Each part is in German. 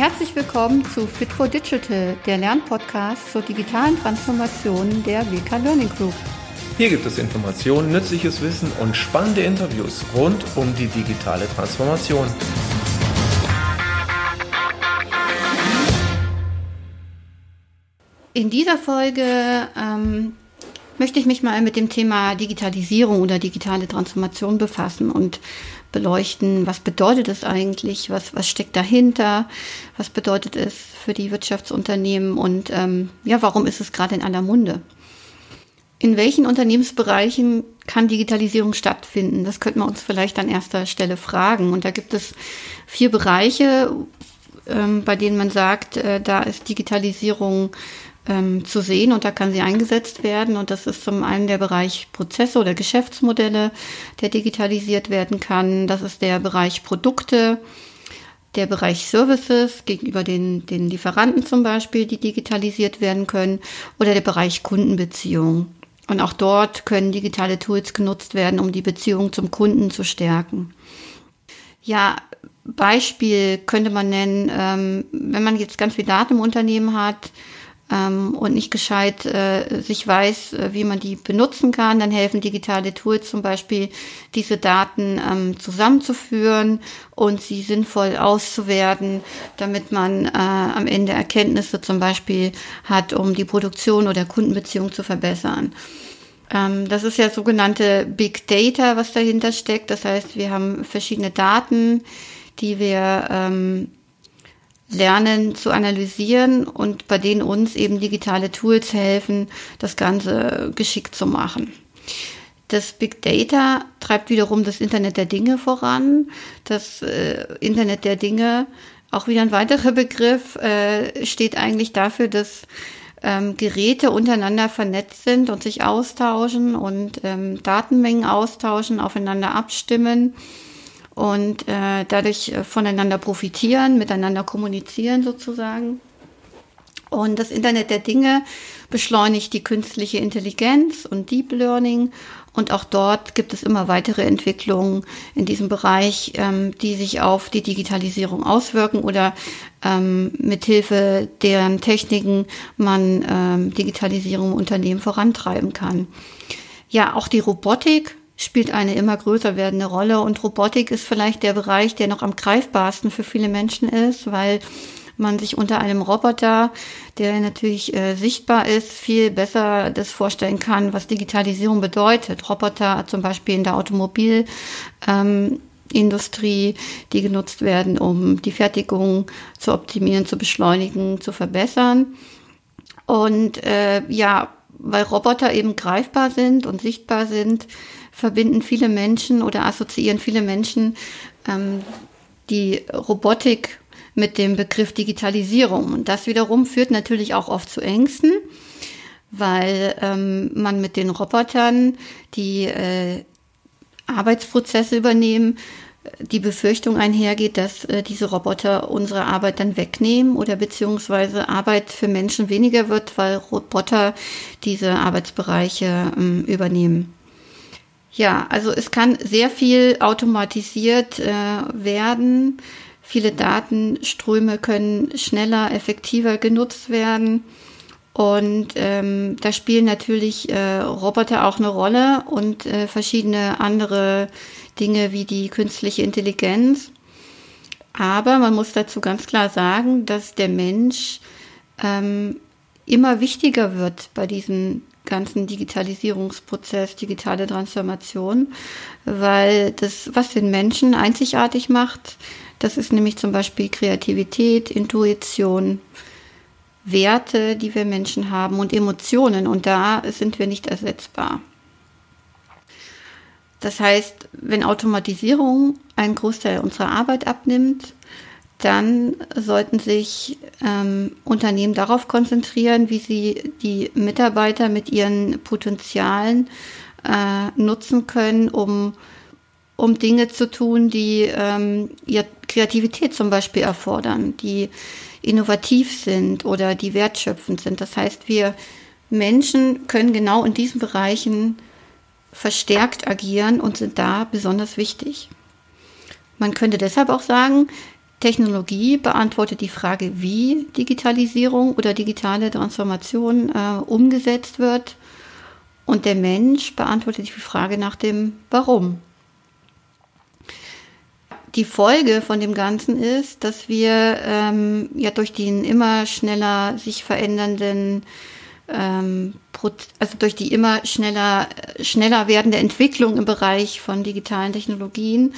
Herzlich willkommen zu Fit for Digital, der Lernpodcast zur digitalen Transformation der WK Learning Group. Hier gibt es Informationen, nützliches Wissen und spannende Interviews rund um die digitale Transformation. In dieser Folge möchte ich mich mal mit dem Thema Digitalisierung oder digitale Transformation befassen und beleuchten, was bedeutet es eigentlich, was steckt dahinter, was bedeutet es für die Wirtschaftsunternehmen und warum ist es gerade in aller Munde? In welchen Unternehmensbereichen kann Digitalisierung stattfinden? Das könnten wir uns vielleicht an erster Stelle fragen. Und da gibt es 4 Bereiche, bei denen man sagt, da ist Digitalisierung zu sehen und da kann sie eingesetzt werden. Und das ist zum einen der Bereich Prozesse oder Geschäftsmodelle, der digitalisiert werden kann. Das ist der Bereich Produkte, der Bereich Services gegenüber den Lieferanten zum Beispiel, die digitalisiert werden können, oder der Bereich Kundenbeziehungen. Und auch dort können digitale Tools genutzt werden, um die Beziehung zum Kunden zu stärken. Ja, Beispiel könnte man nennen, wenn man jetzt ganz viel Daten im Unternehmen hat, und nicht gescheit sich weiß, wie man die benutzen kann, dann helfen digitale Tools zum Beispiel, diese Daten zusammenzuführen und sie sinnvoll auszuwerten, damit man am Ende Erkenntnisse zum Beispiel hat, um die Produktion oder Kundenbeziehung zu verbessern. Das ist ja sogenannte Big Data, was dahinter steckt. Das heißt, wir haben verschiedene Daten, die wir lernen zu analysieren und bei denen uns eben digitale Tools helfen, das Ganze geschickt zu machen. Das Big Data treibt wiederum das Internet der Dinge voran. Das Internet der Dinge, auch wieder ein weiterer Begriff, steht eigentlich dafür, dass Geräte untereinander vernetzt sind und sich austauschen und Datenmengen austauschen, aufeinander abstimmen und dadurch voneinander profitieren, miteinander kommunizieren sozusagen. Und das Internet der Dinge beschleunigt die künstliche Intelligenz und Deep Learning. Und auch dort gibt es immer weitere Entwicklungen in diesem Bereich, die sich auf die Digitalisierung auswirken oder mithilfe deren Techniken man Digitalisierung im Unternehmen vorantreiben kann. Ja, auch die Robotik spielt eine immer größer werdende Rolle und Robotik ist vielleicht der Bereich, der noch am greifbarsten für viele Menschen ist, weil man sich unter einem Roboter, der natürlich sichtbar ist, viel besser das vorstellen kann, was Digitalisierung bedeutet. Roboter zum Beispiel in der Automobilindustrie, die genutzt werden, um die Fertigung zu optimieren, zu beschleunigen, zu verbessern. Und weil Roboter eben greifbar sind und sichtbar sind, verbinden viele Menschen oder assoziieren viele Menschen die Robotik mit dem Begriff Digitalisierung. Und das wiederum führt natürlich auch oft zu Ängsten, weil man mit den Robotern, die Arbeitsprozesse übernehmen, die Befürchtung einhergeht, dass diese Roboter unsere Arbeit dann wegnehmen oder beziehungsweise Arbeit für Menschen weniger wird, weil Roboter diese Arbeitsbereiche übernehmen. Ja, also es kann sehr viel automatisiert werden. Viele Datenströme können schneller, effektiver genutzt werden. Und da spielen natürlich Roboter auch eine Rolle und verschiedene andere Dinge wie die künstliche Intelligenz. Aber man muss dazu ganz klar sagen, dass der Mensch immer wichtiger wird bei diesem ganzen Digitalisierungsprozess, digitale Transformation, weil das, was den Menschen einzigartig macht, das ist nämlich zum Beispiel Kreativität, Intuition, Werte, die wir Menschen haben und Emotionen und da sind wir nicht ersetzbar. Das heißt, wenn Automatisierung einen Großteil unserer Arbeit abnimmt, dann sollten sich Unternehmen darauf konzentrieren, wie sie die Mitarbeiter mit ihren Potenzialen nutzen können, um Dinge zu tun, die ihre Kreativität zum Beispiel erfordern, die innovativ sind oder die wertschöpfend sind. Das heißt, wir Menschen können genau in diesen Bereichen verstärkt agieren und sind da besonders wichtig. Man könnte deshalb auch sagen, Technologie beantwortet die Frage, wie Digitalisierung oder digitale Transformation umgesetzt wird. Und der Mensch beantwortet die Frage nach dem Warum. Die Folge von dem Ganzen ist, dass wir durch den immer schneller sich verändernden, durch die immer schneller werdende Entwicklung im Bereich von digitalen Technologien,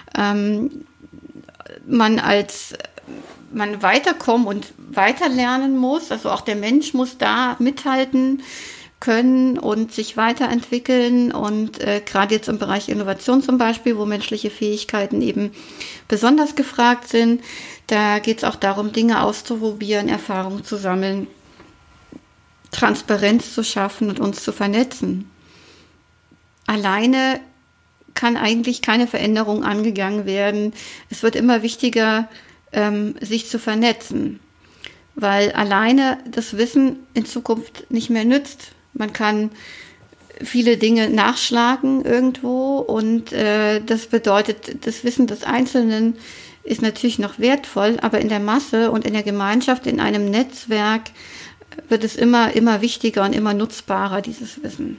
man weiterkommen und weiterlernen muss. Also auch der Mensch muss da mithalten können und sich weiterentwickeln. Und gerade jetzt im Bereich Innovation zum Beispiel, wo menschliche Fähigkeiten eben besonders gefragt sind, da geht es auch darum, Dinge auszuprobieren, Erfahrungen zu sammeln, Transparenz zu schaffen und uns zu vernetzen. Alleine kann eigentlich keine Veränderung angegangen werden. Es wird immer wichtiger, sich zu vernetzen, weil alleine das Wissen in Zukunft nicht mehr nützt. Man kann viele Dinge nachschlagen irgendwo und das bedeutet, das Wissen des Einzelnen ist natürlich noch wertvoll, aber in der Masse und in der Gemeinschaft, in einem Netzwerk wird es immer wichtiger und immer nutzbarer, dieses Wissen.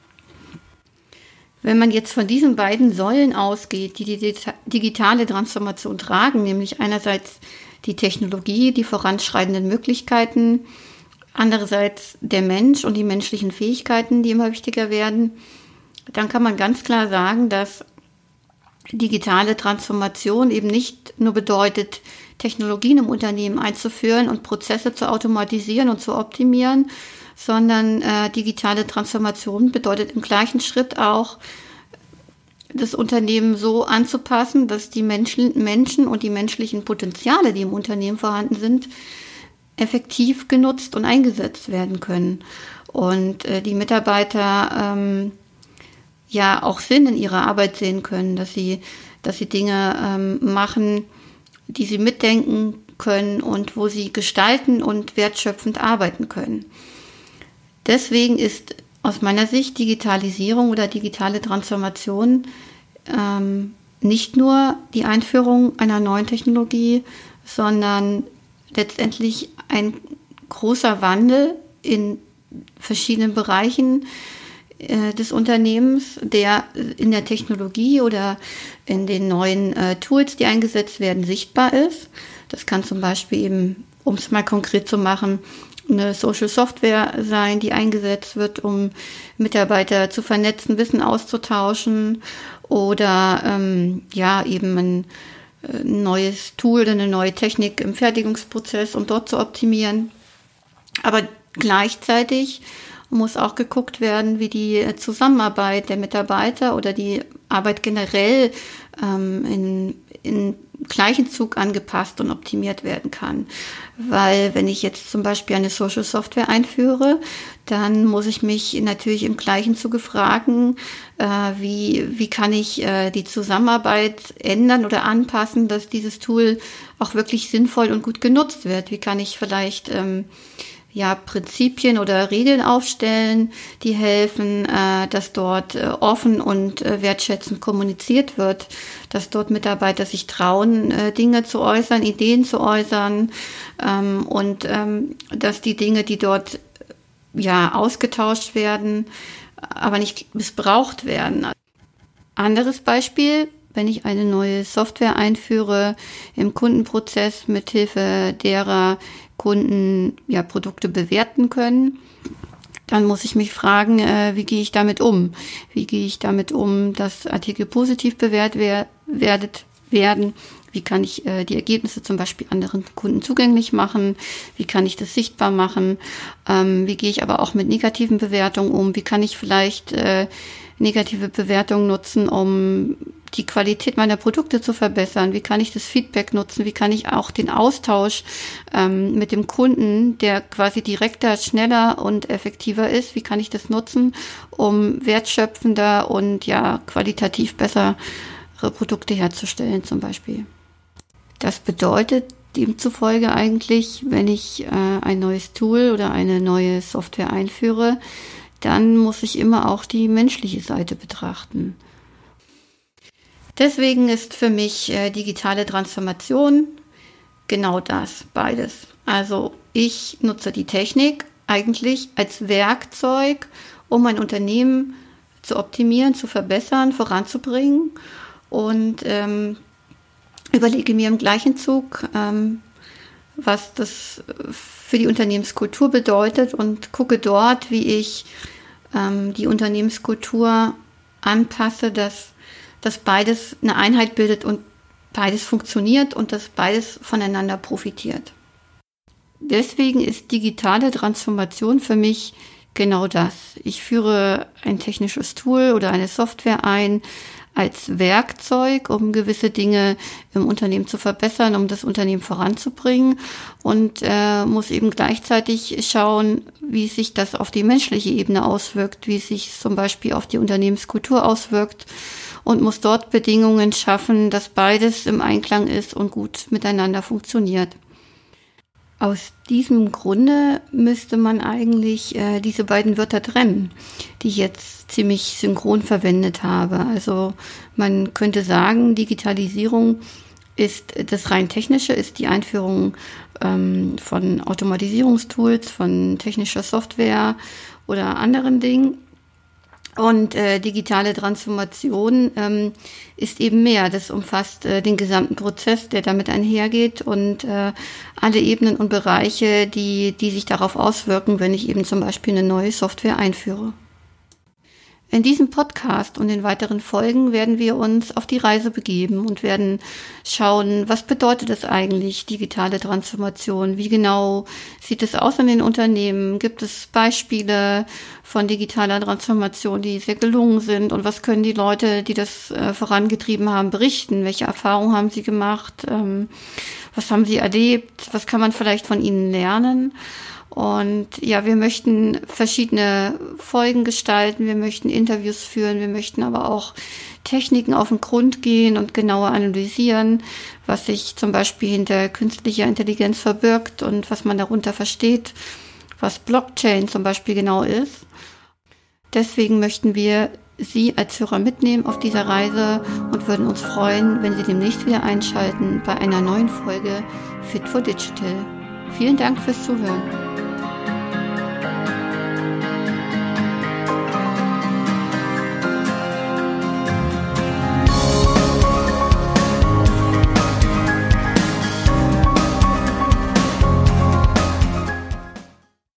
Wenn man jetzt von diesen beiden Säulen ausgeht, die die digitale Transformation tragen, nämlich einerseits die Technologie, die voranschreitenden Möglichkeiten, andererseits der Mensch und die menschlichen Fähigkeiten, die immer wichtiger werden, dann kann man ganz klar sagen, dass digitale Transformation eben nicht nur bedeutet, Technologien im Unternehmen einzuführen und Prozesse zu automatisieren und zu optimieren, sondern digitale Transformation bedeutet im gleichen Schritt auch, das Unternehmen so anzupassen, dass die Menschen und die menschlichen Potenziale, die im Unternehmen vorhanden sind, effektiv genutzt und eingesetzt werden können. Und die Mitarbeiter auch Sinn in ihrer Arbeit sehen können, dass sie Dinge machen, die sie mitdenken können und wo sie gestalten und wertschöpfend arbeiten können. Deswegen ist aus meiner Sicht Digitalisierung oder digitale Transformation nicht nur die Einführung einer neuen Technologie, sondern letztendlich ein großer Wandel in verschiedenen Bereichen des Unternehmens, der in der Technologie oder in den neuen Tools, die eingesetzt werden, sichtbar ist. Das kann zum Beispiel eben, um es mal konkret zu machen, eine Social Software sein, die eingesetzt wird, um Mitarbeiter zu vernetzen, Wissen auszutauschen oder eben ein neues Tool oder eine neue Technik im Fertigungsprozess, um dort zu optimieren. Aber gleichzeitig muss auch geguckt werden, wie die Zusammenarbeit der Mitarbeiter oder die Arbeit generell in gleichen Zug angepasst und optimiert werden kann. Weil wenn ich jetzt zum Beispiel eine Social Software einführe, dann muss ich mich natürlich im gleichen Zuge fragen, wie kann ich die Zusammenarbeit ändern oder anpassen, dass dieses Tool auch wirklich sinnvoll und gut genutzt wird. Wie kann ich vielleicht Prinzipien oder Regeln aufstellen, die helfen, dass dort offen und wertschätzend kommuniziert wird, dass dort Mitarbeiter sich trauen, Dinge zu äußern, Ideen zu äußern und dass die Dinge, die dort ausgetauscht werden, aber nicht missbraucht werden. Anderes Beispiel: Wenn ich eine neue Software einführe im Kundenprozess, mithilfe derer Kunden Produkte bewerten können, dann muss ich mich fragen, wie gehe ich damit um? Wie gehe ich damit um, dass Artikel positiv bewertet werden? Wie kann ich die Ergebnisse zum Beispiel anderen Kunden zugänglich machen? Wie kann ich das sichtbar machen? Wie gehe ich aber auch mit negativen Bewertungen um? Wie kann ich vielleicht negative Bewertungen nutzen, um die Qualität meiner Produkte zu verbessern? Wie kann ich das Feedback nutzen? Wie kann ich auch den Austausch mit dem Kunden, der quasi direkter, schneller und effektiver ist, wie kann ich das nutzen, um wertschöpfender und qualitativ bessere Produkte herzustellen zum Beispiel? Das bedeutet demzufolge eigentlich, wenn ich ein neues Tool oder eine neue Software einführe, dann muss ich immer auch die menschliche Seite betrachten. Deswegen ist für mich digitale Transformation genau das, beides. Also ich nutze die Technik eigentlich als Werkzeug, um mein Unternehmen zu optimieren, zu verbessern, voranzubringen und überlege mir im gleichen Zug, was das für die Unternehmenskultur bedeutet und gucke dort, wie ich die Unternehmenskultur anpasse, dass beides eine Einheit bildet und beides funktioniert und dass beides voneinander profitiert. Deswegen ist digitale Transformation für mich genau das. Ich führe ein technisches Tool oder eine Software ein als Werkzeug, um gewisse Dinge im Unternehmen zu verbessern, um das Unternehmen voranzubringen und muss eben gleichzeitig schauen, wie sich das auf die menschliche Ebene auswirkt, wie es sich zum Beispiel auf die Unternehmenskultur auswirkt und muss dort Bedingungen schaffen, dass beides im Einklang ist und gut miteinander funktioniert. Aus diesem Grunde müsste man eigentlich diese beiden Wörter trennen, die ich jetzt ziemlich synchron verwendet habe. Also man könnte sagen, Digitalisierung ist das rein technische, ist die Einführung von Automatisierungstools, von technischer Software oder anderen Dingen. Und digitale Transformation ist eben mehr. Das umfasst den gesamten Prozess, der damit einhergeht und alle Ebenen und Bereiche, die sich darauf auswirken, wenn ich eben zum Beispiel eine neue Software einführe. In diesem Podcast und in weiteren Folgen werden wir uns auf die Reise begeben und werden schauen, was bedeutet es eigentlich, digitale Transformation? Wie genau sieht es aus in den Unternehmen? Gibt es Beispiele von digitaler Transformation, die sehr gelungen sind? Und was können die Leute, die das vorangetrieben haben, berichten? Welche Erfahrungen haben sie gemacht? Was haben sie erlebt? Was kann man vielleicht von ihnen lernen? Und ja, wir möchten verschiedene Folgen gestalten, wir möchten Interviews führen, wir möchten aber auch Techniken auf den Grund gehen und genauer analysieren, was sich zum Beispiel hinter künstlicher Intelligenz verbirgt und was man darunter versteht, was Blockchain zum Beispiel genau ist. Deswegen möchten wir Sie als Hörer mitnehmen auf dieser Reise und würden uns freuen, wenn Sie demnächst wieder einschalten bei einer neuen Folge Fit for Digital. Vielen Dank fürs Zuhören.